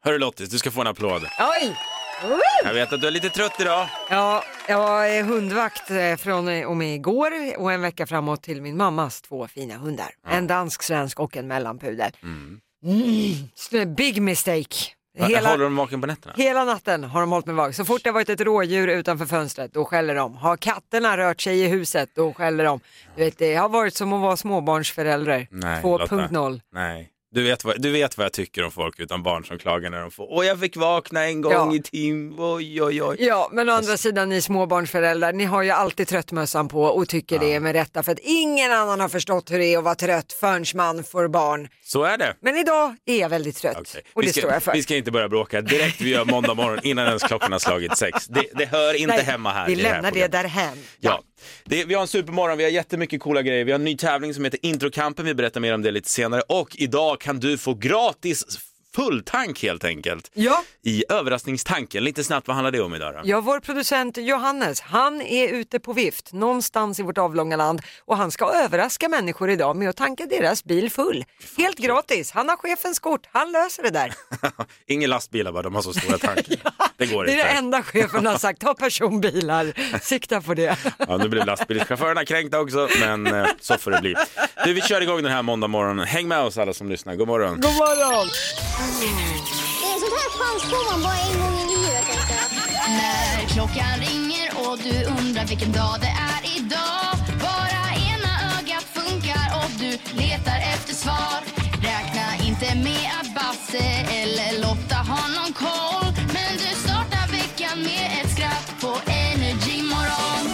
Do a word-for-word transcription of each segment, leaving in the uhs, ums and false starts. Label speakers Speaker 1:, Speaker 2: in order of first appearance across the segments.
Speaker 1: Hörru Lottis, du ska få en applåd.
Speaker 2: Oj!
Speaker 1: Jag vet att du är lite trött idag.
Speaker 2: Ja, jag är hundvakt från och med igår och en vecka framåt till min mammas två fina hundar. Ja. En dansk, svensk och en mellanpudel. Mm. Mm, big mistake.
Speaker 1: Hela, håller de vaken på nätterna?
Speaker 2: Hela natten har de hållit mig vaken. Så fort det har varit ett rådjur utanför fönstret, då skäller de. Har katterna rört sig i huset, då skäller de. Du vet, det har varit som att vara småbarnsförälder. två punkt noll.
Speaker 1: Nej. Du vet, vad, du vet vad jag tycker om folk utan barn som klagar när de får åh jag fick vakna en gång ja. i tim, oj oj oj.
Speaker 2: Ja, men å andra Fast... sidan ni småbarnsföräldrar, ni har ju alltid tröttmössan på och tycker ja. det är med rätta för att ingen annan har förstått hur det är att vara trött förrän man får barn.
Speaker 1: Så är det.
Speaker 2: Men idag är jag väldigt trött okay. och det
Speaker 1: vi ska,
Speaker 2: står jag för.
Speaker 1: Vi ska inte börja bråka direkt vi gör måndag morgon innan ens klockan har slagit sex. Det, det hör inte Nej, hemma här.
Speaker 2: Vi lämnar det, det därhän.
Speaker 1: Ja. ja. Det, vi har en supermorgon, vi har jättemycket coola grejer. Vi har en ny tävling som heter Introkampen. Vi berättar mer om det lite senare. Och idag kan du få gratis fulltank helt enkelt.
Speaker 2: Ja.
Speaker 1: I överraskningstanken. Lite snabbt, vad handlar det om idag då?
Speaker 2: Ja, vår producent Johannes, han är ute på vift någonstans i vårt avlånga land. Och han ska överraska människor idag med att tanka deras bil full. Helt gratis. Han har chefens kort. Han löser det där.
Speaker 1: Ingen lastbilar bara, de har så stora tankar. ja, det går
Speaker 2: det
Speaker 1: inte.
Speaker 2: Det är det enda chefen har sagt. Ta personbilar. Sikta på det.
Speaker 1: ja, nu blir lastbilschaufförerna kränkta också. Men eh, så får det bli. Du, vi kör igång den här måndag morgonen. Häng med oss alla som lyssnar. God morgon.
Speaker 2: God morgon.
Speaker 3: Det är sånt här chans får man bara en gång i livet, tänkte jag.
Speaker 4: När klockan ringer och du undrar vilken dag det är idag. Bara ena ögat funkar och du letar efter svar. Räkna inte med att Basse eller Lotta har någon koll. Men du startar veckan med ett skratt på Energy Morgon.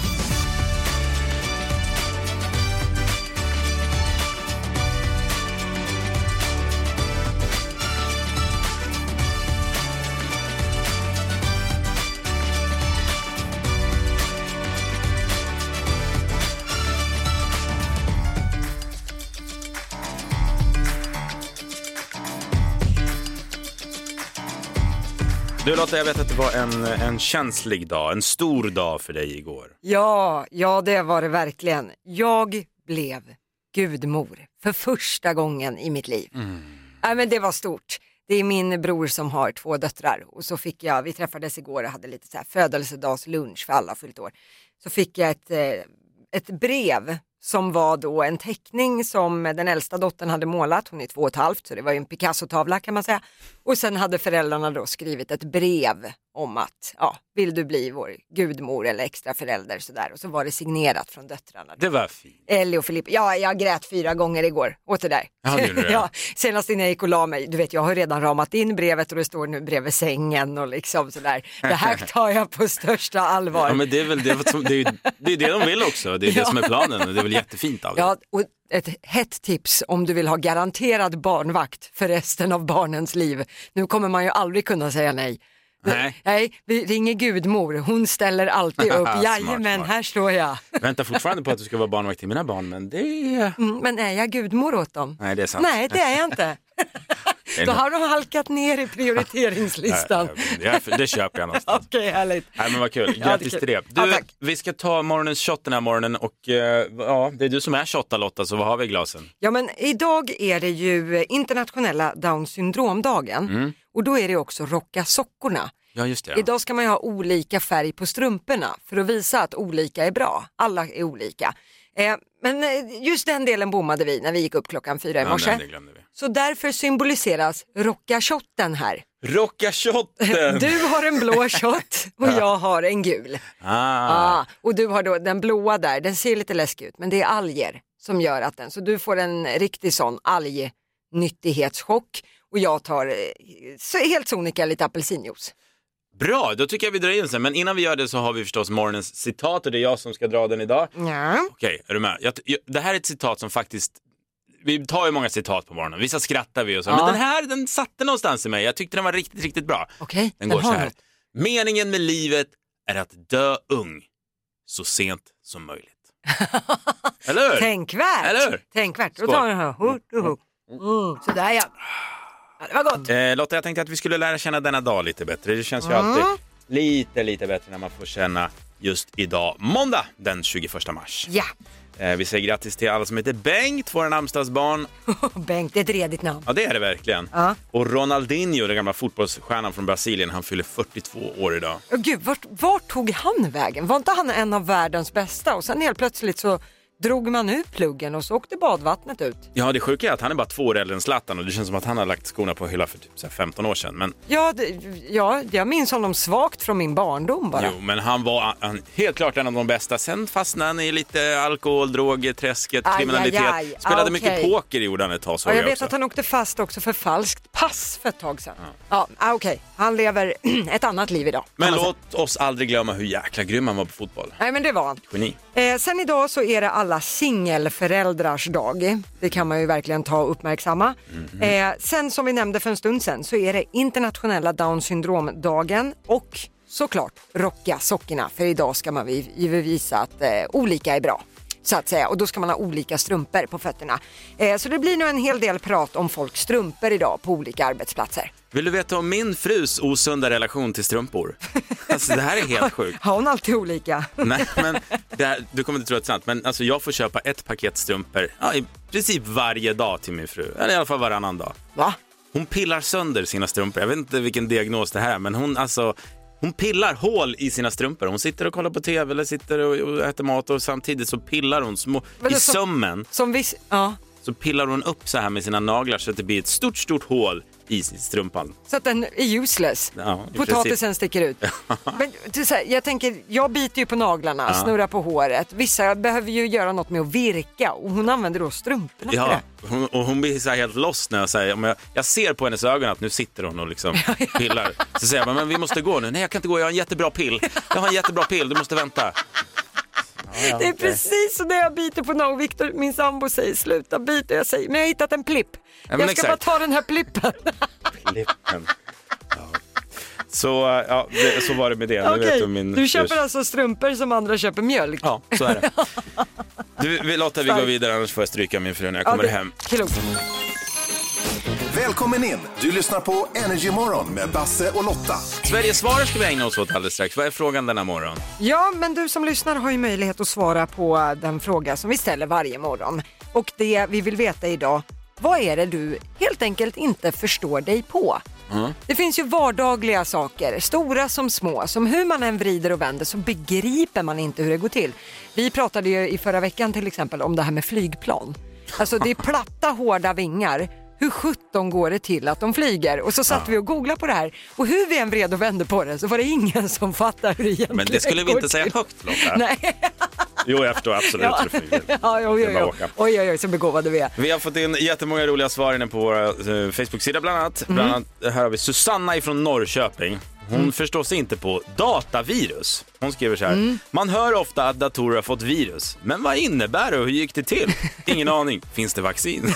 Speaker 1: Du Lotta, jag vet att det var en, en känslig dag, en stor dag för dig igår.
Speaker 2: Ja, ja det var det verkligen. Jag blev gudmor för första gången i mitt liv. Mm. Ja, men det var stort. Det är min bror som har två döttrar och så fick jag, vi träffades igår och hade lite så här födelsedagslunch för alla fyllt år. Så fick jag ett, ett brev som var då en teckning som den äldsta dottern hade målat. Hon är två och ett halvt, så det var ju en Picasso-tavla kan man säga. Och sen hade föräldrarna då skrivit ett brev om att, ja, vill du bli vår gudmor eller extra förälder sådär. Och så var det signerat från döttrarna.
Speaker 1: Det var fint.
Speaker 2: Ellie och Filippa. Ja, jag grät fyra gånger igår åt det där.
Speaker 1: Ja, det det.
Speaker 2: ja, senast innan jag gick och la mig. Du vet, jag har redan ramat in brevet och det står nu bredvid sängen och liksom sådär. Det här tar jag på största allvar.
Speaker 1: Ja, men det är väl det, som, det, är, det, är det de vill också. Det är ja. det som är planen och det är väl jättefint av det.
Speaker 2: Ja, och ett hett tips om du vill ha garanterad barnvakt för resten av barnens liv. Nu kommer man ju aldrig kunna säga nej.
Speaker 1: Nej.
Speaker 2: Nej, vi ringer gudmor. Hon ställer alltid upp. Jajamän, här står jag.
Speaker 1: Väntar fortfarande på att du ska vara barnvakt till mina barn, men det är...
Speaker 2: Mm, men är jag gudmor åt dem?
Speaker 1: Nej, det är sant.
Speaker 2: Nej, det är jag inte. Då har de halkat ner i prioriteringslistan.
Speaker 1: Ja, det, det köper jag någonstans.
Speaker 2: Okej, okay, härligt.
Speaker 1: Nej, men vad kul. Grattis ja, till det. Du, ja, vi ska ta morgonens shot den här morgonen och ja, det är du som är shotta Lotta, så vad har vi i glasen?
Speaker 2: Ja, men idag är det ju internationella Down syndromdagen mm. och då är det också rocka sockorna.
Speaker 1: Ja, just det, ja.
Speaker 2: Idag ska man ju ha olika färg på strumporna för att visa att olika är bra. Alla är olika. Eh, men just den delen bommade vi när vi gick upp klockan fyra i morse.
Speaker 1: Ja, nej, det glömde vi.
Speaker 2: Så därför symboliseras rocka-shotten här.
Speaker 1: Rocka-shotten!
Speaker 2: Du har en blå shot och jag har en gul.
Speaker 1: Ah.
Speaker 2: Ah, och du har då den blåa där, den ser lite läskig ut. Men det är alger som gör att den, så du får en riktig sån algnyttighetschock. Och jag tar så helt sonika lite apelsinjuice.
Speaker 1: Bra, då tycker jag vi drar in sen. Men innan vi gör det så har vi förstås morgonens citat och det är jag som ska dra den idag.
Speaker 2: Ja.
Speaker 1: Okej, är du med? Jag, jag, det här är ett citat som faktiskt... Vi tar ju många citat på morgonen. Vissa skrattar vi och så. Ja. Men den här, den satte någonstans i mig. Jag tyckte den var riktigt, riktigt bra.
Speaker 2: Okej,
Speaker 1: den går så här. Något. Meningen med livet är att dö ung så sent som möjligt. Eller hur?
Speaker 2: Tänkvärt.
Speaker 1: Eller hur?
Speaker 2: Tänkvärt. Då tar vi den här. Mm. Sådär ja. Ja, det var gott.
Speaker 1: Eh, Lotta, jag tänkte att vi skulle lära känna denna dag lite bättre. Det känns ju mm. alltid lite, lite bättre när man får känna just idag, måndag den tjugoförsta mars.
Speaker 2: Ja.
Speaker 1: Eh, vi säger grattis till alla som heter Bengt, våra namnsdagsbarn.
Speaker 2: Bengt, det är ett redigt namn.
Speaker 1: Ja, det är det verkligen.
Speaker 2: Ja.
Speaker 1: Och Ronaldinho, den gamla fotbollsstjärnan från Brasilien, han fyller fyrtiotvå år idag.
Speaker 2: Oh, gud, vart, vart tog han vägen? Var inte han en av världens bästa? Och sen helt plötsligt så drog man ut pluggen och så åkte badvattnet ut.
Speaker 1: Ja, det sjuka är att han är bara två år äldre än Zlatan och det känns som att han har lagt skorna på hylla för typ så här femton år sedan. Men...
Speaker 2: Ja, det, ja, jag minns honom svagt från min barndom bara.
Speaker 1: Jo, men han var han, helt klart en av de bästa. Sen fastnade han i lite alkohol, droger, träsket, aj, kriminalitet. Aj, aj. Spelade ah, okay. mycket poker gjorde han ett tag. Så
Speaker 2: ja, jag vet
Speaker 1: också.
Speaker 2: att han åkte fast också för falskt pass för ett tag sedan. Ja, ja okej. Okay. Han lever ett annat liv idag.
Speaker 1: Men låt oss aldrig glömma hur jäkla grym han var på fotboll.
Speaker 2: Nej, men det var han.
Speaker 1: Geni.
Speaker 2: Eh, sen idag så är det alla singelföräldrars dag. Det kan man ju verkligen ta och uppmärksamma. Mm-hmm. Eh, sen som vi nämnde för en stund sen så är det internationella Down syndromdagen och såklart rocka sockorna. För idag ska man ju visa att eh, olika är bra. Så att säga. Och då ska man ha olika strumpor på fötterna. Eh, så det blir nu en hel del prat om folks strumpor idag på olika arbetsplatser.
Speaker 1: Vill du veta om min frus osunda relation till strumpor? Alltså det här är helt sjukt.
Speaker 2: Har hon alltid olika?
Speaker 1: Nej, men det här, du kommer inte tro att det är sant. Men alltså jag får köpa ett paket strumpor ja, i princip varje dag till min fru. Eller i alla fall varannan dag.
Speaker 2: Va?
Speaker 1: Hon pillar sönder sina strumpor. Jag vet inte vilken diagnos det här är. Men hon alltså... Hon pillar hål i sina strumpor. Hon sitter och kollar på tv eller sitter och äter mat och samtidigt så pillar hon små i som, sömmen.
Speaker 2: Som vis, ja.
Speaker 1: Så pillar hon upp så här med sina naglar så att det blir ett stort, stort hål i strumpan.
Speaker 2: Så att den är useless.
Speaker 1: Ja,
Speaker 2: potatisen sticker ut. Men så här, jag tänker, jag biter ju på naglarna, ja. snurrar på håret. Vissa behöver ju göra något med att virka och hon använder då strumporna
Speaker 1: ja,
Speaker 2: för det.
Speaker 1: Hon, och hon blir så här helt loss när jag säger, om jag, jag ser på hennes ögon att nu sitter hon och liksom pillar. Så säger jag, men vi måste gå nu. Nej, jag kan inte gå, jag har en jättebra pill. Jag har en jättebra pill, du måste vänta. Ja, ja,
Speaker 2: det är
Speaker 1: okay.
Speaker 2: precis så när jag biter på någon. Victor, min sambo, säger sluta bita. Jag säger, men jag har hittat en plipp. Ja, jag ska exakt. bara ta den här plippen.
Speaker 1: Plippen. Ja. Så, ja, det, så var det med det.
Speaker 2: Okay.
Speaker 1: Vet du, min
Speaker 2: du köper
Speaker 1: just...
Speaker 2: alltså strumpor som andra köper mjölk.
Speaker 1: Ja, så är det. Du, vi låter vi gå vidare, annars får jag stryka min fru när jag kommer ja, det... hem.
Speaker 2: Klokt.
Speaker 5: Välkommen in. Du lyssnar på Energy Morgon med Basse och Lotta.
Speaker 1: Sveriges svar ska vi ägna oss åt alldeles strax. Vad är frågan denna morgon?
Speaker 2: Ja, men du som lyssnar har ju möjlighet att svara på den fråga som vi ställer varje morgon. Och det vi vill veta idag, vad är det du helt enkelt inte förstår dig på? Mm. Det finns ju vardagliga saker, stora som små, som hur man än vrider och vänder så begriper man inte hur det går till. Vi pratade ju i förra veckan till exempel om det här med flygplan. Alltså det är platta, hårda vingar. Hur sjutton går det till att de flyger? Och så satt ja. vi och googlade på det här. Och hur vi än vred och vände på det så var det ingen som fattar hur det egentligen går till.
Speaker 1: Men det skulle vi inte säga högt, Lotta.
Speaker 2: Nej.
Speaker 1: Jo, jag förstår absolut
Speaker 2: ja.
Speaker 1: hur det flyger.
Speaker 2: Ja, oj, oj, oj. oj, oj, oj, så begåvade vi är.
Speaker 1: Vi har fått in jättemånga roliga svar inne på våra uh, Facebook-sida bland annat. Mm. Bland annat här har vi Susanna ifrån Norrköping. Hon mm. förstår sig inte på datavirus. Hon skriver så här. Mm. Man hör ofta att datorer har fått virus. Men vad innebär det och hur gick det till? Ingen aning. Finns det vaccin?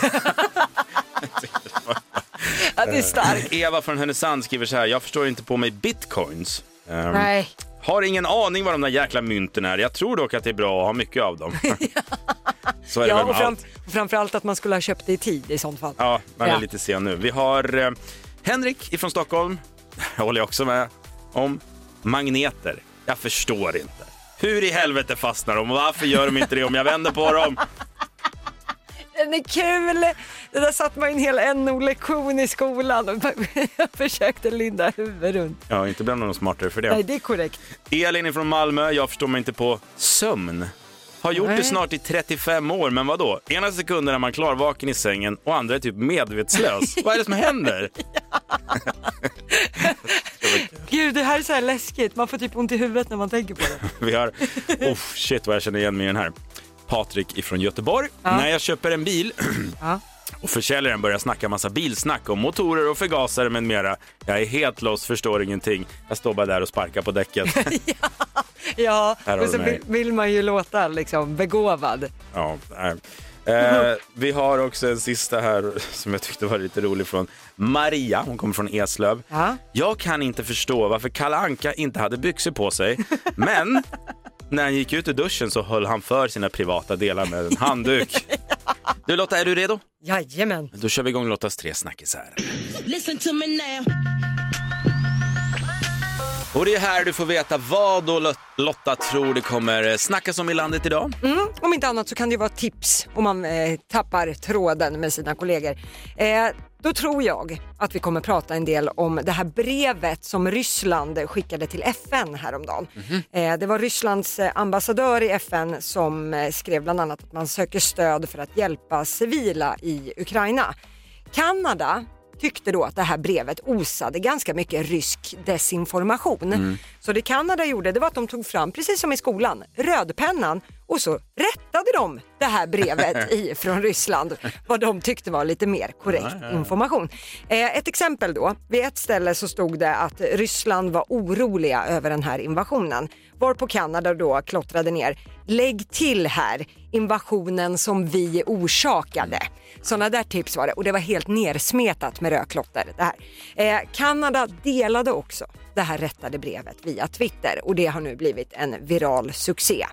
Speaker 2: Ja, det är starkt.
Speaker 1: Eva från Härnösand skriver så här. Jag förstår inte på mig bitcoins. Um,
Speaker 2: Nej.
Speaker 1: Har ingen aning vad de där jäkla mynten är. Jag tror dock att det är bra att ha mycket av dem. Så är det
Speaker 2: ja,
Speaker 1: och,
Speaker 2: fram, och framförallt att man skulle ha köpt det i tid i sånt fall.
Speaker 1: Ja, man är
Speaker 2: ja.
Speaker 1: lite sen nu. Vi har eh, Henrik ifrån Stockholm. Jag håller också med om magneter. Jag förstår inte. Hur i helvete fastnar de och varför gör de inte det om jag vänder på dem?
Speaker 2: Den är kul. Det där satt man en hel N O-lektion i skolan och jag försökte linda huvudet runt.
Speaker 1: Ja, inte bland någon smartare för det.
Speaker 2: Nej, det är korrekt.
Speaker 1: Elin från Malmö, jag förstår mig inte på sömn. Har gjort Nej. det snart i trettiofem år, men vad då? Ena sekunden är man klarvaken i sängen och andra är typ medvetslös. Vad är det som händer?
Speaker 2: Gud, det här är så här läskigt. Man får typ ont i huvudet när man tänker på det.
Speaker 1: Vi har, oh shit vad jag känner igen mig i den här. Patrik ifrån Göteborg. Ja. När jag köper en bil ja. och försäljaren börjar snacka massa bilsnack om motorer och förgasare med mera. Jag är helt loss, förstår ingenting. Jag står bara där och sparkar på däcket.
Speaker 2: ja, ja och så vill, vill man ju låta liksom begåvad.
Speaker 1: Ja, nej. Eh, vi har också en sista här som jag tyckte var lite rolig från Maria, hon kommer från Eslöv. Ja. Jag kan inte förstå varför Kalle Anka inte hade byxor på sig, men när han gick ut ur duschen så höll han för sina privata delar med en handduk. Du Lotta, är du redo?
Speaker 2: Jajamän.
Speaker 1: Då kör vi igång Lottas tre snackisar.
Speaker 6: Listen to me now.
Speaker 1: Och det är här du får veta vad då Lotta tror det kommer snackas om i landet idag.
Speaker 2: Mm, om inte annat så kan det ju vara tips om man eh, tappar tråden med sina kollegor. Eh, då tror jag att vi kommer prata en del om det här brevet som Ryssland skickade till F N häromdagen. Mm-hmm. Eh, det var Rysslands ambassadör i F N som eh, skrev bland annat att man söker stöd för att hjälpa civila i Ukraina. Kanada tyckte då att det här brevet osade ganska mycket rysk desinformation. Mm. Så det Kanada gjorde, det var att de tog fram, precis som i skolan, rödpennan och så rättade de det här brevet i, från Ryssland vad de tyckte var lite mer korrekt ja, ja, ja. information. Eh, ett exempel då, vid ett ställe så stod det att Ryssland var oroliga över den här invasionen. Varpå Kanada då klottrade ner, lägg till här invasionen som vi orsakade. Sådana där tips var det och det var helt nersmetat med rödklotter det här. Eh, Kanada delade också det här rättade brevet via Twitter och det har nu blivit en viral succé.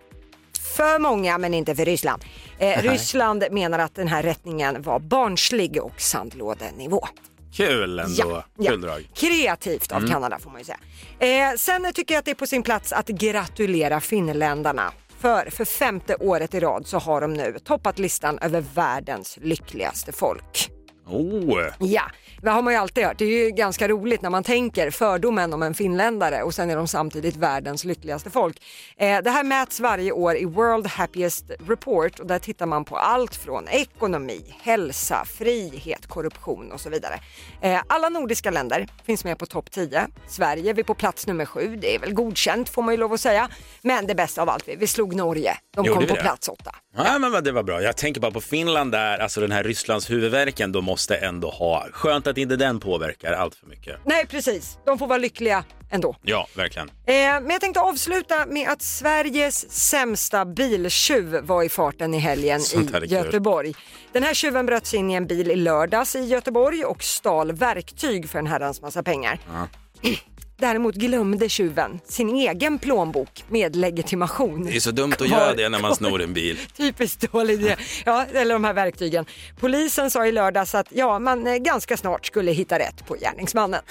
Speaker 2: För många men inte för Ryssland. Eh, Ryssland menar att den här rättningen var barnslig och sandlådenivå.
Speaker 1: Kul ändå.
Speaker 2: Ja, ja.
Speaker 1: Kul drag.
Speaker 2: Kreativt av
Speaker 1: Mm.
Speaker 2: Kanada får man ju säga. Eh, sen tycker jag att det är på sin plats att gratulera finländarna. För för femte året i rad så har de nu toppat listan över världens lyckligaste folk.
Speaker 1: Oh.
Speaker 2: Ja, det har man ju alltid hört. Det är ju ganska roligt när man tänker fördomen om en finländare och sen är de samtidigt världens lyckligaste folk. Eh, det här mäts varje år i World Happiest Report och där tittar man på allt från ekonomi, hälsa, frihet, korruption och så vidare. Eh, alla nordiska länder finns med på topp tio. Sverige är vi på plats nummer sju. Det är väl godkänt får man ju lov att säga. Men det bästa av allt, vi slog Norge. De
Speaker 1: Gjorde
Speaker 2: kom på
Speaker 1: det?
Speaker 2: plats åtta.
Speaker 1: Ja, men det var bra. Jag tänker bara på Finland där, alltså den här Rysslands huvudvärken, de måste ändå ha. Skönt att inte den påverkar allt för mycket.
Speaker 2: Nej, precis. De får vara lyckliga ändå.
Speaker 1: Ja, verkligen.
Speaker 2: Eh, men jag tänkte avsluta med att Sveriges sämsta biltjuv var i farten i helgen i Göteborg. Den här tjuven bröt sig in i en bil i lördags i Göteborg och stal verktyg för en herrans massa pengar. Ja. Däremot glömde tjuven sin egen plånbok med legitimation.
Speaker 1: Det är så dumt att göra det när man snor en bil.
Speaker 2: Typiskt dålig idé. Ja, eller de här verktygen. Polisen sa i lördags att ja, man ganska snart skulle hitta rätt på gärningsmannen.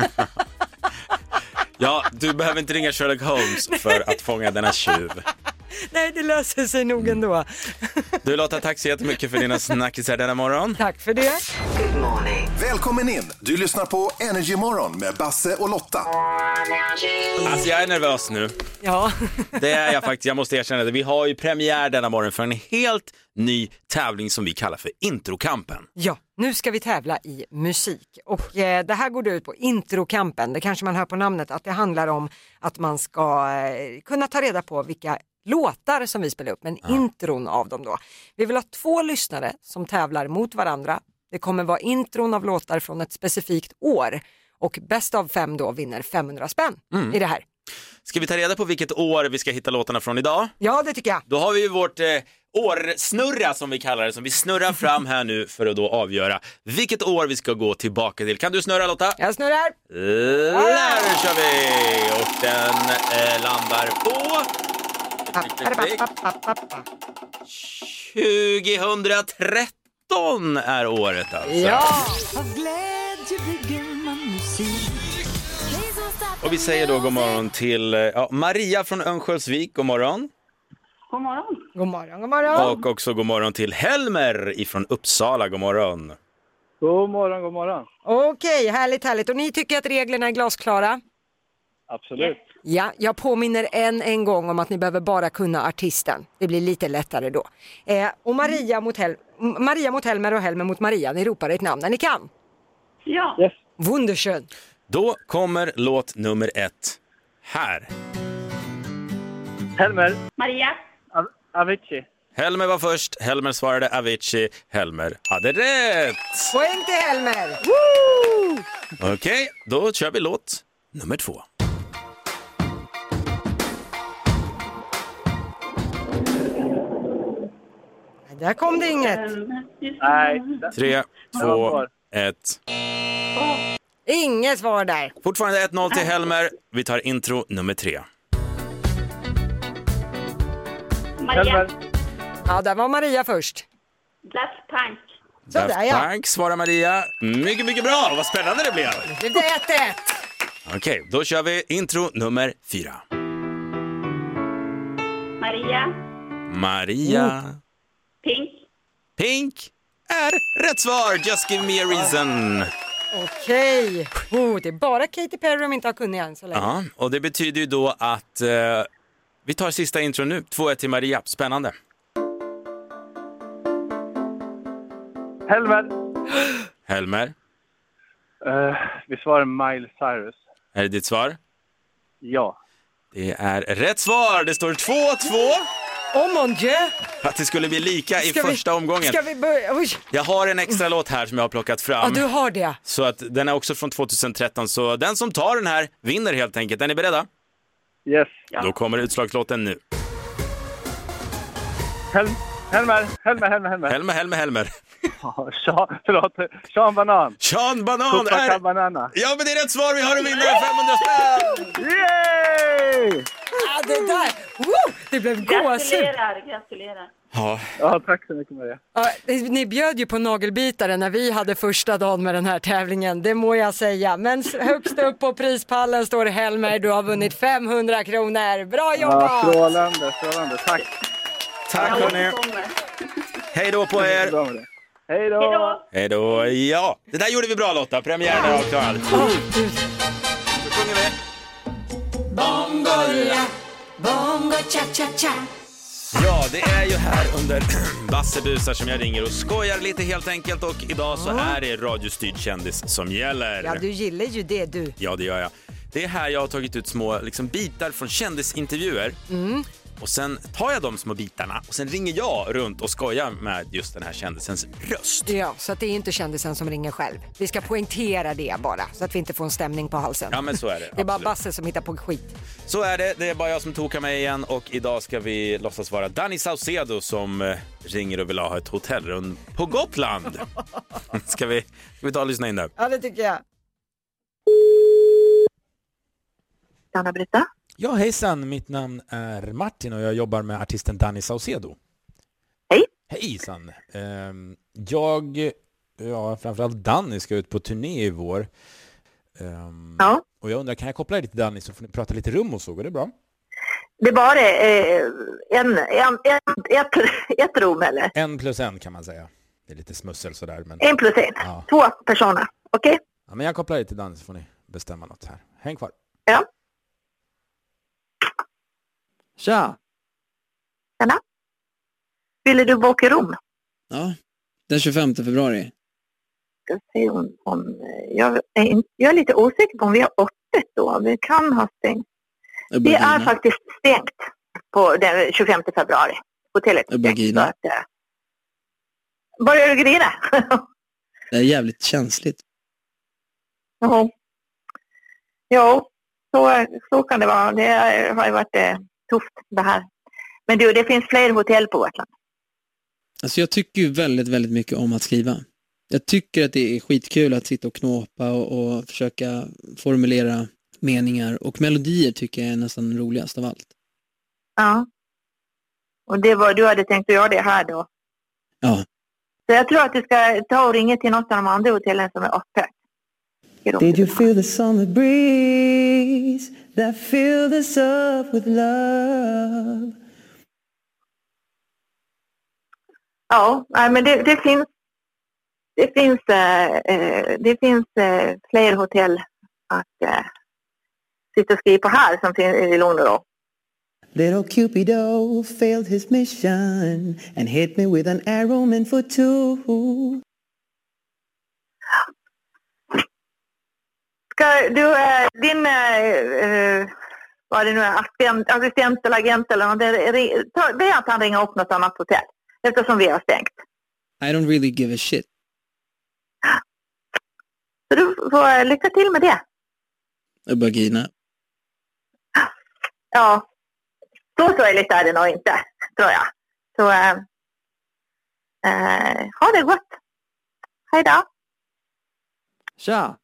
Speaker 1: Ja, du behöver inte ringa Sherlock Holmes för att fånga denna tjuv.
Speaker 2: Nej, det löser sig nog ändå.
Speaker 1: Du Lotta, tack så jättemycket för dina snackisar denna morgon.
Speaker 2: Tack för det.
Speaker 5: Välkommen in. Du lyssnar på Energy Morgon med Basse och Lotta.
Speaker 1: Alltså jag är nervös nu.
Speaker 2: Ja.
Speaker 1: Det är jag faktiskt, jag måste erkänna det. Vi har ju premiär denna morgon för en helt ny tävling som vi kallar för Introkampen.
Speaker 2: Ja, nu ska vi tävla i musik. Och eh, det här går ut på Introkampen. Det kanske man hör på namnet att det handlar om att man ska eh, kunna ta reda på vilka låtar som vi spelar upp, men ja. intron av dem då. Vi vill ha två lyssnare som tävlar mot varandra. Det kommer vara intron av låtar från ett specifikt år. Och bäst av fem då vinner femhundra spänn mm. i det här.
Speaker 1: Ska vi ta reda på vilket år vi ska hitta låtarna från idag?
Speaker 2: Ja, det tycker jag.
Speaker 1: Då har vi ju vårt eh, årsnurra som vi kallar det, som vi snurrar fram här nu för att då avgöra vilket år vi ska gå tillbaka till. Kan du snurra, Lotta?
Speaker 2: Jag snurrar.
Speaker 1: Där kör vi! Och den eh, landar på... tjugohundratretton är året alltså.
Speaker 2: Ja!
Speaker 1: Och vi säger då god morgon till ja, Maria från Örnsköldsvik. God morgon.
Speaker 6: God morgon.
Speaker 2: God morgon, god morgon.
Speaker 1: Och också god morgon till Helmer ifrån Uppsala. God morgon.
Speaker 6: God morgon, god morgon.
Speaker 2: Okej, härligt, härligt. Och ni tycker att reglerna är glasklara?
Speaker 6: Absolut.
Speaker 2: Ja, jag påminner än en gång om att ni behöver bara kunna artisten. Det blir lite lättare då. Eh, och Maria mot, Hel- Maria mot Helmer och Helmer mot Maria. Ni ropar ett namn när ni kan.
Speaker 6: Ja. Yes.
Speaker 2: Wunderschön.
Speaker 1: Då kommer låt nummer ett här.
Speaker 6: Helmer.
Speaker 3: Maria.
Speaker 6: Av- Avicii.
Speaker 1: Helmer var först. Helmer svarade Avicii. Helmer hade rätt.
Speaker 2: Poäng till Helmer.
Speaker 1: Okej, okay, då kör vi låt nummer två.
Speaker 2: Där kom det inget.
Speaker 6: Nej.
Speaker 1: Tre, två, ett.
Speaker 2: Inget svar där.
Speaker 1: Fortfarande ett noll till Helmer. Vi tar intro nummer tre.
Speaker 3: Maria.
Speaker 6: Helmer.
Speaker 2: Ja, där var Maria först.
Speaker 3: Daft Punk.
Speaker 2: Sådär,
Speaker 1: Daft
Speaker 2: ja.
Speaker 1: Punk svarar Maria. Mycket, mycket bra. Vad spännande det blev.
Speaker 2: Det blev ett ett.
Speaker 1: Okej, okay, då kör vi intro nummer fyra.
Speaker 7: Maria.
Speaker 1: Maria.
Speaker 7: Mm. Pink.
Speaker 1: Pink är rätt svar. Just give me a reason.
Speaker 2: Okej. Okay. Oh, det är bara Katy Perry om inte har kunnat än så länge.
Speaker 1: Ja, och det betyder ju då att eh, vi tar sista intro nu. två ett till Maria. Spännande.
Speaker 6: Helmer.
Speaker 1: Helmer.
Speaker 6: Uh, vi svarar Miley Cyrus.
Speaker 1: Är det ditt svar?
Speaker 6: Ja.
Speaker 1: Det är rätt svar. Det står två två.
Speaker 2: Oh mon dieu.
Speaker 1: Att det skulle bli lika i
Speaker 2: ska
Speaker 1: första
Speaker 2: vi,
Speaker 1: omgången.
Speaker 2: Ska vi börja? Oj.
Speaker 1: Jag har en extra låt här som jag har plockat fram.
Speaker 2: Ja, du har det.
Speaker 1: Så att den är också från tjugohundratretton. Så den som tar den här vinner helt enkelt. Är ni beredda?
Speaker 6: Yes. Ja.
Speaker 1: Då kommer utslagslåten nu.
Speaker 6: Hel- Helmer, Helmer, Helmer, Helmer.
Speaker 1: Helmer, Helmer, Helmer.
Speaker 6: Oh, Sean, förlåt. Sean Banan.
Speaker 1: Sean Banan är...
Speaker 6: Banana.
Speaker 1: Ja, men det är rätt svar. Vi har en vinnare, femhundra spänn!
Speaker 6: Yay!
Speaker 2: Ja, det där. Woo! Det blev gåshud.
Speaker 7: Gratulerar, gratulerar.
Speaker 1: Ja.
Speaker 6: Ja, tack så mycket, Maria.
Speaker 2: Ja, ni bjöd ju på nagelbitare när vi hade första dagen med den här tävlingen, det må jag säga. Men högst upp på prispallen står Helmer, du har vunnit femhundra kronor. Bra jobbat!
Speaker 6: Ja, strålande, strålande. Tack.
Speaker 1: Tack, hörni. Hej då på er.
Speaker 6: Hej då.
Speaker 1: Hej då. Ja, det där gjorde vi bra, Lotta. Premiären är klar.
Speaker 2: Oh, Gud.
Speaker 1: Så sjunger vi.
Speaker 2: Bongola, bongo cha cha cha.
Speaker 1: Ja, det är ju här under Bassebusar som jag ringer och skojar lite helt enkelt. Och idag så är det radiostyrd kändis som gäller.
Speaker 2: Ja, du gillar ju det, du.
Speaker 1: Ja, det gör jag. Det är här jag har tagit ut små liksom, bitar från kändisintervjuer. Mm. Och sen tar jag de små bitarna och sen ringer jag runt och skojar med just den här kändisens röst.
Speaker 2: Ja, så att det är inte kändisen som ringer själv. Vi ska poängtera det bara, så att vi inte får en stämning på halsen.
Speaker 1: Ja, men så är det.
Speaker 2: Det är bara Basse som hittar på skit.
Speaker 1: Så är det, det är bara jag som tokar mig igen. Och idag ska vi låtsas vara Danny Saucedo som eh, ringer och vill ha ett hotellrum på Gotland. Ska vi, ska vi ta och lyssna in där?
Speaker 2: Ja, det tycker jag.
Speaker 8: Anna-Britta?
Speaker 9: Ja, hejsan. Mitt namn är Martin och jag jobbar med artisten Danny Saucedo.
Speaker 8: Hej.
Speaker 9: Hejsan. Um, jag, ja, framförallt Danny ska ut på turné i vår. Um,
Speaker 8: ja.
Speaker 9: Och jag undrar, kan jag koppla dig till Danny så får ni prata lite rum och så, går det bra?
Speaker 8: Det är bara eh, en, en, en, ett, ett rum, eller?
Speaker 9: En plus en kan man säga. Det är lite smussel sådär. Men...
Speaker 8: En plus en. Ja. Två personer, okej? Okay?
Speaker 9: Ja, men jag kopplar dig till Danny så får ni bestämma något här. Häng kvar.
Speaker 8: Ja.
Speaker 10: Tja!
Speaker 8: Tjena. Ville du boka rum?
Speaker 10: Ja, den tjugofemte februari.
Speaker 8: Jag, se om, om, jag, är in, jag är lite osäker på om vi har öppet då. Vi kan ha stängt. Det är faktiskt stängt på den tjugofemte februari. Hotellet är stängt. Att, uh, börjar du grina?
Speaker 10: Det är jävligt känsligt.
Speaker 8: Ja. Jo, så, så kan det vara. Det har ju varit eh, tufft det här. Men du, det finns fler hotell på Gotland.
Speaker 10: Alltså jag tycker ju väldigt, väldigt mycket om att skriva. Jag tycker att det är skitkul att sitta och knåpa och, och försöka formulera meningar. Och melodier tycker jag är nästan roligast av allt.
Speaker 8: Ja. Och det var, du hade tänkt att göra det här då?
Speaker 10: Ja.
Speaker 8: Så jag tror att du ska ta och ringa till något av de andra hotellen som är öppet.
Speaker 11: Did you feel the summer breeze that filled us up with love?
Speaker 8: Ja, men det, det finns det finns äh, det finns äh, fler hotell att äh, sitta och skriva på här som finns i lugn och ro.
Speaker 11: Little Cupido failed his mission and hit me with an arrow meant for two.
Speaker 8: Ska du, äh, din, äh, vad det nu är, assistent, assistent eller agent eller något, det är att han ringer upp något annat hotell, eftersom vi har stängt.
Speaker 10: I don't really give a shit.
Speaker 8: Så du får lycka till med det.
Speaker 10: Jag bara grina.
Speaker 8: Ja, så så är lite är det nog inte, tror jag. Så, äh, äh, ha det gott. Hej då.
Speaker 10: Tja.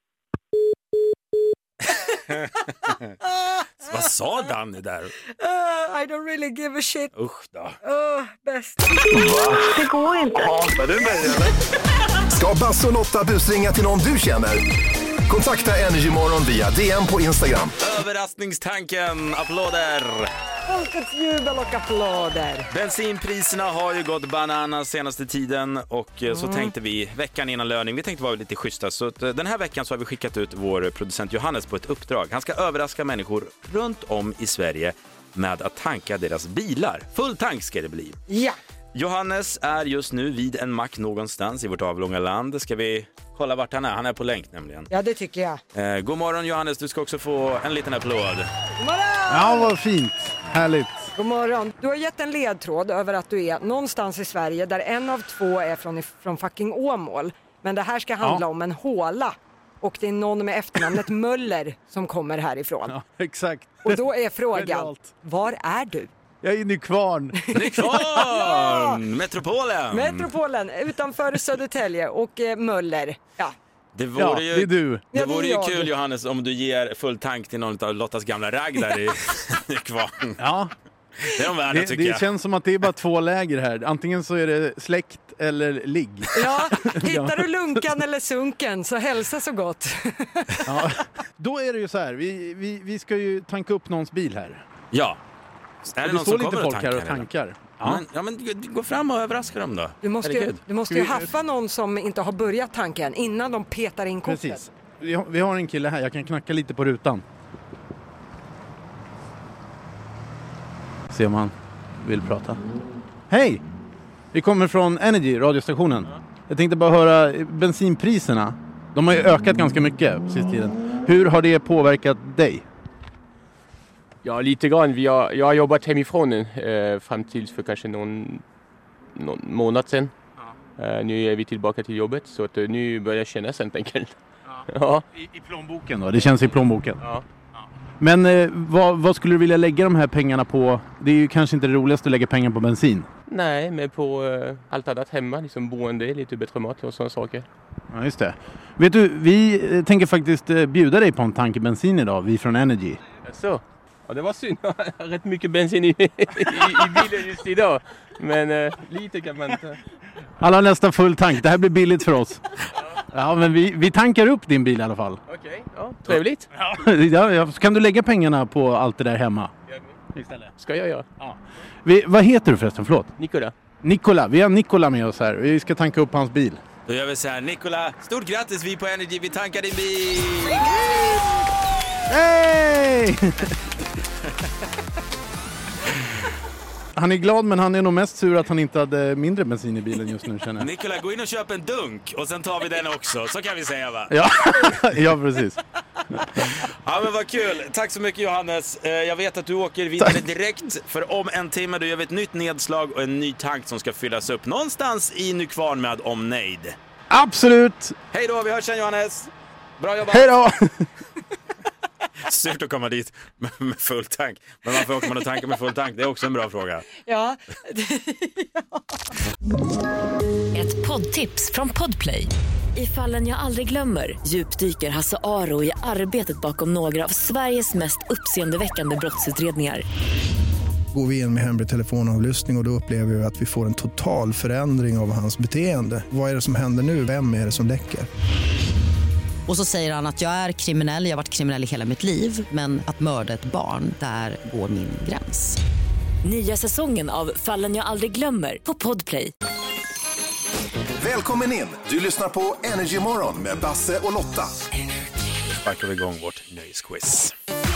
Speaker 1: Vad sa Danny där?
Speaker 2: Uh, I don't really give a shit.
Speaker 1: Usch då.
Speaker 2: Uh, bäst.
Speaker 8: Det går inte.
Speaker 5: Hatar du mig eller? Ska Basse och Lotta busringa till någon du känner? Kontakta Energy Morgon via D M på Instagram.
Speaker 1: Överraskningstanken, applåder!
Speaker 2: Folkets jubel och applåder.
Speaker 1: Bensinpriserna har ju gått bananas senaste tiden och mm. så tänkte vi veckan innan löning, vi tänkte vara lite schyssta. Så att, den här veckan så har vi skickat ut vår producent Johannes på ett uppdrag. Han ska överraska människor runt om i Sverige med att tanka deras bilar. Full tank ska det bli.
Speaker 2: Ja.
Speaker 1: Johannes är just nu vid en mack någonstans i vårt avlånga land. Ska vi kolla vart han är? Han är på länk nämligen.
Speaker 2: Ja, det tycker jag.
Speaker 1: Eh, god morgon Johannes, du ska också få en liten applåd.
Speaker 2: God morgon!
Speaker 12: Ja, vad fint. Härligt.
Speaker 2: God morgon. Du har gett en ledtråd över att du är någonstans i Sverige där en av två är från, från fucking Åmål. Men det här ska handla ja. om en håla. Och det är någon med efternamnet Möller som kommer härifrån.
Speaker 12: Ja, exakt.
Speaker 2: Och då är frågan, var är du?
Speaker 12: Jag är inne i Kvarn.
Speaker 1: Nykvarn!
Speaker 2: Ja!
Speaker 1: Metropolen!
Speaker 2: Metropolen, utanför Södertälje och eh, Möller. Ja.
Speaker 1: Det vore
Speaker 12: ja,
Speaker 1: ju,
Speaker 12: det är du.
Speaker 1: Det
Speaker 2: ja,
Speaker 1: vore
Speaker 2: det
Speaker 1: ju
Speaker 2: jag.
Speaker 1: kul Johannes om du ger full tank till någon av Lottas gamla ragg där i Nykvarn.
Speaker 12: Ja.
Speaker 1: Det är de värda,
Speaker 12: det,
Speaker 1: tycker
Speaker 12: det
Speaker 1: jag.
Speaker 12: känns som att det är bara två läger här. Antingen så är det släkt eller ligg.
Speaker 2: Ja, hittar du lunkan eller sunken så hälsa så gott.
Speaker 12: Ja. Då är det ju så här, vi, vi, vi ska ju tanka upp någons bil här.
Speaker 1: Ja. Är det,
Speaker 12: det
Speaker 1: någon
Speaker 12: står
Speaker 1: som
Speaker 12: lite folk här och
Speaker 1: eller?
Speaker 12: tankar.
Speaker 1: Ja. Men, ja, men gå fram och överraska dem då.
Speaker 2: Du måste, ju, du måste ju haffa någon som inte har börjat tanka än innan de petar in kortet.
Speaker 12: Precis. Vi har, vi har en kille här, jag kan knacka lite på rutan. Se om han vill prata. Hej! Vi kommer från Energy, radiostationen. Jag tänkte bara höra bensinpriserna. De har ju ökat ganska mycket på sista tiden. Hur har det påverkat dig?
Speaker 13: Ja, lite grann. Vi har, jag har jobbat hemifrån eh, fram tills för kanske någon, någon månad sedan. Ja. Eh, nu är vi tillbaka till jobbet så att, eh, nu börjar jag känna helt enkelt.
Speaker 12: Ja.
Speaker 13: Ja.
Speaker 12: I, I plånboken då? Det känns i plånboken.
Speaker 13: Ja.
Speaker 12: Men eh, vad, vad skulle du vilja lägga de här pengarna på? Det är ju kanske inte det roligaste att lägga pengar på bensin.
Speaker 13: Nej, men på eh, allt annat hemma, liksom boende, lite bättre mat och sådana saker.
Speaker 12: Ja, just det. Vet du, vi eh, tänker faktiskt eh, bjuda dig på en tanke bensin idag, vi från Energy.
Speaker 13: Så. Ja, det var synd. Jag har rätt mycket bensin i, i, i bilen just idag. Men eh, lite kan man inte.
Speaker 12: Alla nästan full tank. Det här blir billigt för oss. Ja, men vi, vi tankar upp din bil i alla fall.
Speaker 13: Okej, okay. Ja, trevligt.
Speaker 12: Ja, ja, kan du lägga pengarna på allt det där hemma?
Speaker 13: Istället. Ska jag göra?
Speaker 12: Ja. Vi, vad heter du förresten? Förlåt.
Speaker 13: Nikola.
Speaker 12: Nikola. Vi har Nikola med oss här. Vi ska tanka upp hans bil.
Speaker 1: Då gör vi så här. Nikola, stort grattis. Vi på Energy. Vi tankar din bil.
Speaker 12: Hej! Han är glad, men han är nog mest sur att han inte hade mindre bensin i bilen just nu, känner jag.
Speaker 1: Nikola, gå in och köp en dunk och sen tar vi den också. Så kan vi säga, va?
Speaker 12: Ja, ja precis.
Speaker 1: Ja, men vad kul. Tack så mycket, Johannes. Jag vet att du åker vidare direkt. För om en timme då gör vi ett nytt nedslag och en ny tank som ska fyllas upp någonstans i Nykvarn med omnejd.
Speaker 12: Absolut.
Speaker 1: Hej då, vi hörs sen, Johannes. Bra jobbat.
Speaker 12: Hej då.
Speaker 1: Surt att komma dit med full tank. Men varför åker man och tankar med full tank? Det är också en bra fråga.
Speaker 2: Ja.
Speaker 14: Ett poddtips från Podplay. I Fallen jag aldrig glömmer djupdyker Hasse Aro i arbetet bakom några av Sveriges mest uppseendeväckande brottsutredningar.
Speaker 15: Går vi in med hemlig telefonavlyssning och, och då upplever vi att vi får en total förändring av hans beteende. Vad är det som händer nu? Vem är det som läcker?
Speaker 16: Och så säger han att jag är kriminell, jag har varit kriminell i hela mitt liv. Men att mörda ett barn, där går min gräns.
Speaker 14: Nya säsongen av Fallen jag aldrig glömmer på Podplay.
Speaker 5: Välkommen in! Du lyssnar på Energy Morgon med Basse och Lotta.
Speaker 1: Sparkar vi igång vårt nöjesquiz.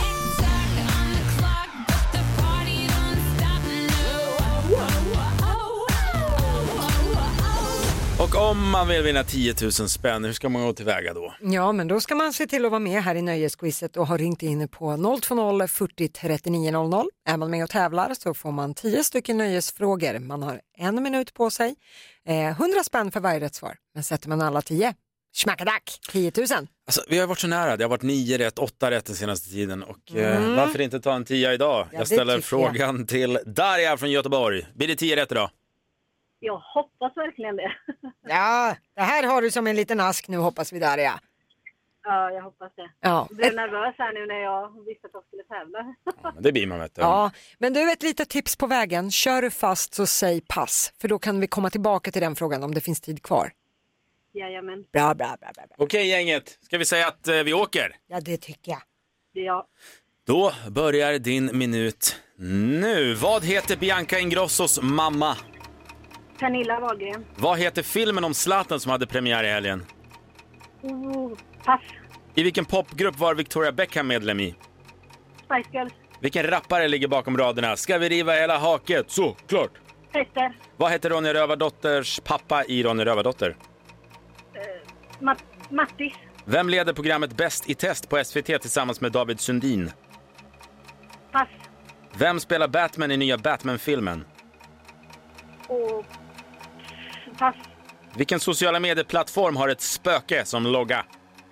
Speaker 1: Och om man vill vinna tio tusen spänn, hur ska man gå tillväga då?
Speaker 2: Ja, men då ska man se till att vara med här i nöjesquizet och ha ringt in på noll två noll fyrtio trettionio noll noll. Är man med och tävlar så får man tio stycken nöjesfrågor. Man har en minut på sig. Eh, hundra spänn för varje rätt svar. Men sätter man alla tio, schmackadack, tio tusen.
Speaker 1: Alltså, vi har varit så nära. Det har varit nio rätt, åtta rätt den senaste tiden. Och eh,
Speaker 2: Mm.
Speaker 1: varför inte ta en tia idag?
Speaker 2: Ja,
Speaker 1: jag ställer
Speaker 2: tycker
Speaker 1: frågan
Speaker 2: jag.
Speaker 1: till Darja från Göteborg. Blir det tio rätt idag?
Speaker 7: Jag hoppas verkligen det.
Speaker 2: Ja, det här har du som en liten ask nu, hoppas vi där, ja.
Speaker 7: Ja, jag hoppas det.
Speaker 2: Ja.
Speaker 7: Jag blev nervös här nu när jag visste att jag skulle tävla.
Speaker 1: Ja, men det blir man, vet du.
Speaker 2: Ja, men du, ett litet tips på vägen. Kör du fast så säg pass. För då kan vi komma tillbaka till den frågan om det finns tid kvar.
Speaker 7: Jajamän.
Speaker 2: Bra, bra, bra, bra.
Speaker 1: Okej gänget, ska vi säga att eh, vi åker?
Speaker 2: Ja, det tycker jag.
Speaker 7: Ja.
Speaker 1: Då börjar din minut nu. Vad heter Bianca Ingrossos mamma?
Speaker 7: Pernilla Wahlgren.
Speaker 1: Vad heter filmen om Zlatan som hade premiär i helgen?
Speaker 7: Oh, pass.
Speaker 1: I vilken popgrupp var Victoria Beckham medlem i?
Speaker 7: Spice Girls.
Speaker 1: Vilken rappare ligger bakom raderna? Ska vi riva hela haket? Så, klart.
Speaker 7: Petter.
Speaker 1: Vad heter Ronja Rövardotters pappa i Ronja Rövardotter?
Speaker 7: Uh, Matt- Mattis.
Speaker 1: Vem leder programmet Bäst i test på S V T tillsammans med David Sundin?
Speaker 7: Pass.
Speaker 1: Vem spelar Batman i nya Batman-filmen?
Speaker 7: Och pass.
Speaker 1: Vilken sociala medieplattform har ett spöke som logga?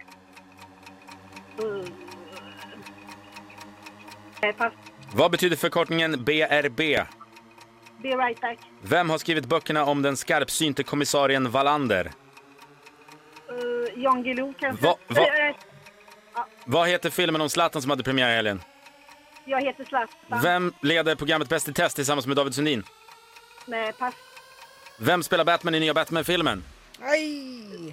Speaker 7: Uh. Eh, pass.
Speaker 1: Vad betyder förkortningen B R B?
Speaker 7: Be right back.
Speaker 1: Vem har skrivit böckerna om den skarpsynte kommissarien Wallander?
Speaker 7: Uh, Jan Guillou kanske.
Speaker 1: Va, va,
Speaker 7: Uh,
Speaker 1: vad heter filmen om Zlatan som hade premiär i helgen?
Speaker 7: jag heter Zlatan.
Speaker 1: Vem leder programmet Bäst i test tillsammans med David Sundin?
Speaker 7: Med pass.
Speaker 1: Vem spelar Batman i nya Batman-filmen?
Speaker 2: Aj!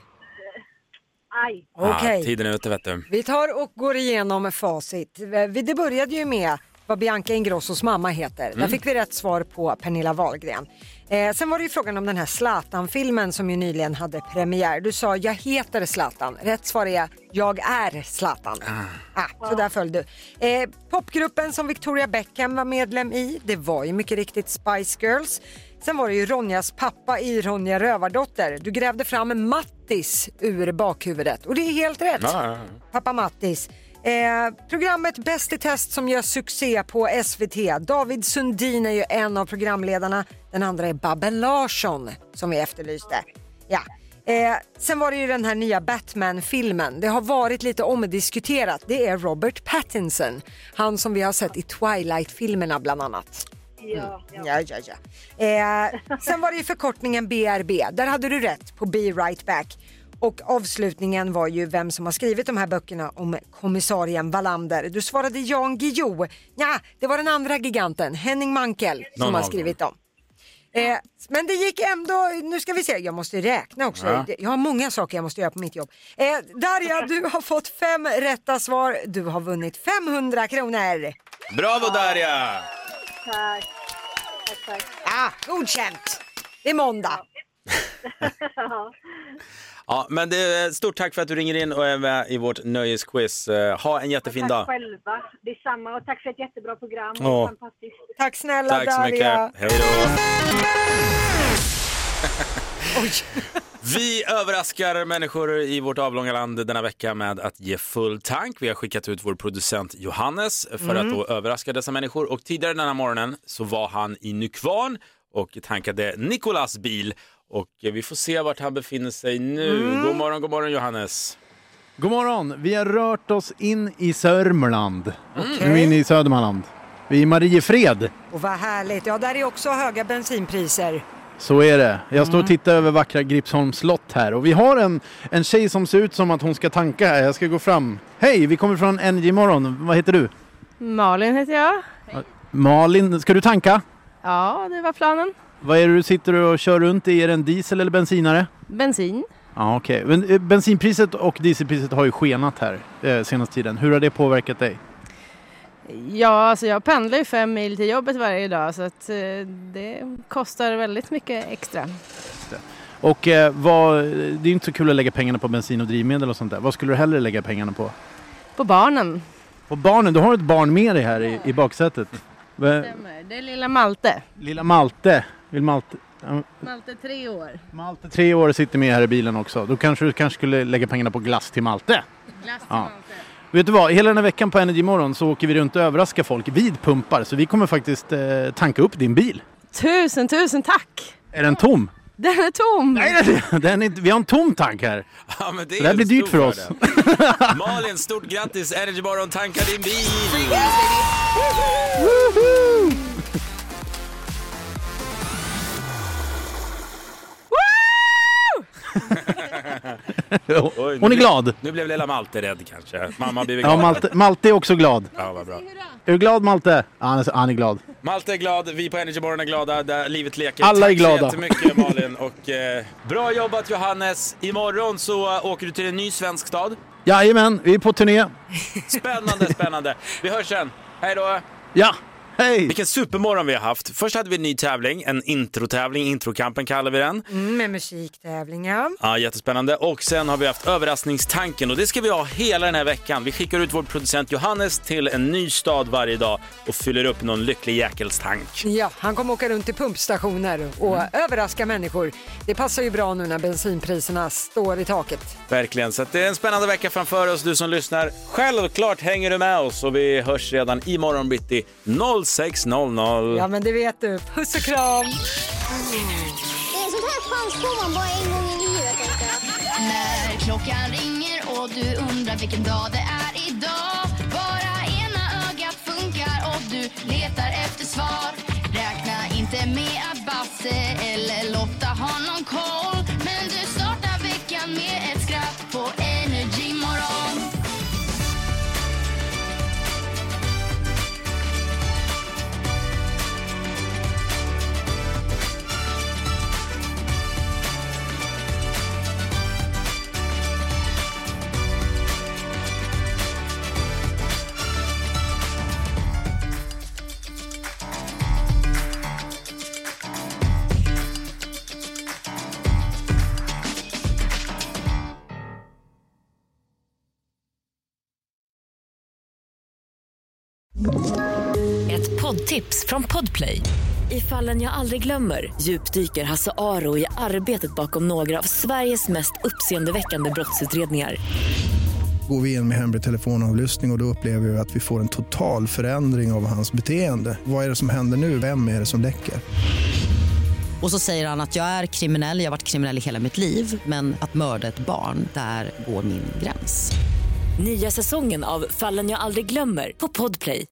Speaker 7: Aj.
Speaker 2: Okej.
Speaker 1: Ah, tiden är ute, vet du.
Speaker 2: Vi tar och går igenom facit. Det började ju med vad Bianca Ingrossos mamma heter.
Speaker 1: Mm.
Speaker 2: Där fick vi rätt svar på Pernilla Wahlgren. Eh, sen var det ju frågan om den här Zlatan-filmen som ju nyligen hade premiär. Du sa jag heter Zlatan. Rätt svar är jag är Zlatan. Ah. Ah, så där föll du. Eh, popgruppen som Victoria Beckham var medlem i, det var ju mycket riktigt Spice Girls. Sen var det ju Ronjas pappa i Ronja Rövardotter. Du grävde fram Mattis ur bakhuvudet. Och det är helt rätt.
Speaker 1: Ja, ja, ja.
Speaker 2: Pappa Mattis. Eh, programmet Bäst i test som gör succé på S V T. David Sundin är ju en av programledarna. Den andra är Babben Larsson som vi efterlyste. Ja. Eh, sen var det ju den här nya Batman-filmen. Det har varit lite omdiskuterat. Det är Robert Pattinson. Han som vi har sett i Twilight-filmerna bland annat.
Speaker 7: Ja, ja.
Speaker 2: Ja, ja, ja. Eh, sen var det ju förkortningen B R B. Där hade du rätt på Be Right Back. Och avslutningen var ju vem som har skrivit de här böckerna om kommissarien Wallander. Du svarade Jan Guillou. Ja, det var den andra giganten, Henning Mankell, som
Speaker 1: Någon
Speaker 2: har
Speaker 1: av
Speaker 2: skrivit dem. Eh, men det gick ändå, nu ska vi se, jag måste räkna också.
Speaker 1: Ja.
Speaker 2: Jag har många saker jag måste göra på mitt jobb. Eh, Darja, du har fått fem rätta svar. Du har vunnit femhundra kronor.
Speaker 1: Bravo Darja!
Speaker 7: Tack. Tack, tack.
Speaker 2: Ja, godkänt. Det är måndag.
Speaker 7: Ja.
Speaker 1: Ja, men det är stort tack för att du ringer in och är med i vårt nöjesquiz. Ha en jättefin
Speaker 7: tack
Speaker 1: dag.
Speaker 7: själva. Detsamma och tack för ett jättebra program.
Speaker 1: Åh.
Speaker 7: Fantastiskt.
Speaker 2: Tack snälla
Speaker 1: Tack så
Speaker 2: Darja.
Speaker 1: mycket. Hej då. Vi överraskar människor i vårt avlånga land denna vecka med att ge full tank. Vi har skickat ut vår producent Johannes för
Speaker 2: Mm.
Speaker 1: att då överraska dessa människor. Och tidigare den här morgonen så var han i Nykvarn och tankade Nikolas bil. Och vi får se vart han befinner sig nu.
Speaker 2: Mm.
Speaker 1: God morgon, god morgon Johannes.
Speaker 12: God morgon, vi har rört oss in i Sörmland.
Speaker 2: Okej.
Speaker 12: Nu är vi inne i Södermanland. Vi är i Mariefred.
Speaker 2: Och vad härligt. Ja, där är också höga bensinpriser.
Speaker 12: Så är det. Jag står och
Speaker 2: Mm.
Speaker 12: tittar över vackra Gripsholms slott här. Och vi har en, en tjej som ser ut som att hon ska tanka här. Jag ska gå fram. Hej, vi kommer från Energy Morgon. Vad heter du?
Speaker 17: Malin heter jag.
Speaker 12: Malin, ska du tanka?
Speaker 17: Ja, det var planen.
Speaker 12: Vad är det du sitter och kör runt i? Är det en diesel eller bensinare?
Speaker 17: Bensin.
Speaker 12: Ja, okej. Men, eh, bensinpriset och dieselpriset har ju skenat här eh, senaste tiden. Hur har det påverkat dig?
Speaker 17: Ja, alltså jag pendlar ju fem mil till jobbet varje dag så att eh, det kostar väldigt mycket extra.
Speaker 12: Och eh, vad, det är ju inte så kul att lägga pengarna på bensin och drivmedel och sånt där. Vad skulle du hellre lägga pengarna på?
Speaker 17: På barnen.
Speaker 12: På barnen? Du har ett barn med dig här i, i baksätet. Va-
Speaker 17: Stämmer. Det är lilla Malte.
Speaker 12: Lilla Malte. Vill Malte... ja,
Speaker 17: Malte tre år.
Speaker 12: Malte tre år sitter med här i bilen också. Då kanske du kanske skulle lägga pengarna på glass till Malte.
Speaker 17: Glass till
Speaker 12: Ja.
Speaker 17: Malte.
Speaker 12: Vet du vad? Hela den här veckan på Energy Morgon så åker vi runt och överraskar folk vid pumpar. Så vi kommer faktiskt eh, tanka upp din bil.
Speaker 17: Tusen, tusen tack!
Speaker 12: Är den tom?
Speaker 17: Den är tom!
Speaker 12: Nej, den är inte, vi har en tom tank här.
Speaker 1: Ja, men det,
Speaker 12: Så det här blir dyrt för oss.
Speaker 1: Malin, stort grattis. Energy Morgon tankar din bil. Oj,
Speaker 12: Hon är glad.
Speaker 1: Nu blev lilla Malte rädd kanske. Mamma blir
Speaker 12: Ja,
Speaker 1: glad.
Speaker 12: Malte, Malte är också glad.
Speaker 1: Ja, vad bra.
Speaker 12: Är du glad, Malte? Ja, han är, han är glad.
Speaker 1: Malte är glad, vi på Energy Morgon är glada, där livet leker.
Speaker 12: Alla är glada.
Speaker 1: Tack så jättemycket Malin och eh, bra jobbat Johannes. Imorgon så åker du till en ny svensk stad.
Speaker 12: Jajamän, vi är på turné.
Speaker 1: Spännande, spännande. Vi hörs sen. Hej då.
Speaker 12: Ja, hej.
Speaker 1: Vilken supermorgon vi har haft. Först hade vi en ny tävling, en introtävling, introkampen kallar vi den.
Speaker 2: Mm, med musiktävling, ja.
Speaker 1: Ja, jättespännande. Och sen har vi haft överraskningstanken och det ska vi ha hela den här veckan. Vi skickar ut vår producent Johannes till en ny stad varje dag och fyller upp någon lycklig jäkelstank.
Speaker 2: Ja, han kommer åka runt till pumpstationer och mm. överraska människor. Det passar ju bra nu när bensinpriserna står i taket.
Speaker 1: Verkligen, så att det är en spännande vecka framför oss, du som lyssnar. Självklart hänger du med oss och vi hörs redan imorgon bitti noll sex noll noll.
Speaker 2: Ja, men det vet du. Puss och kram.
Speaker 3: Det är sånt här chans får man bara en gång i livet, tänkte jag.
Speaker 4: När klockan ringer och du undrar vilken dag det är idag. Bara ena ögat funkar och du letar efter svar. Räkna inte med att Basse eller Lotta har någon koll. Men du startar veckan med ett skratt på Energy Morgon.
Speaker 14: Ett poddtips från Podplay. I Fallen jag aldrig glömmer djupdyker Hasse Aro i arbetet bakom några av Sveriges mest uppseendeväckande brottsutredningar.
Speaker 15: Går vi in med hemlig telefonavlyssning och, och då upplever vi att vi får en total förändring av hans beteende. Vad är det som händer nu? Vem är det som läcker?
Speaker 16: Och så säger han att jag är kriminell, jag har varit kriminell i hela mitt liv. Men att mörda ett barn, där går min gräns.
Speaker 14: Nya säsongen av Fallen jag aldrig glömmer på Podplay.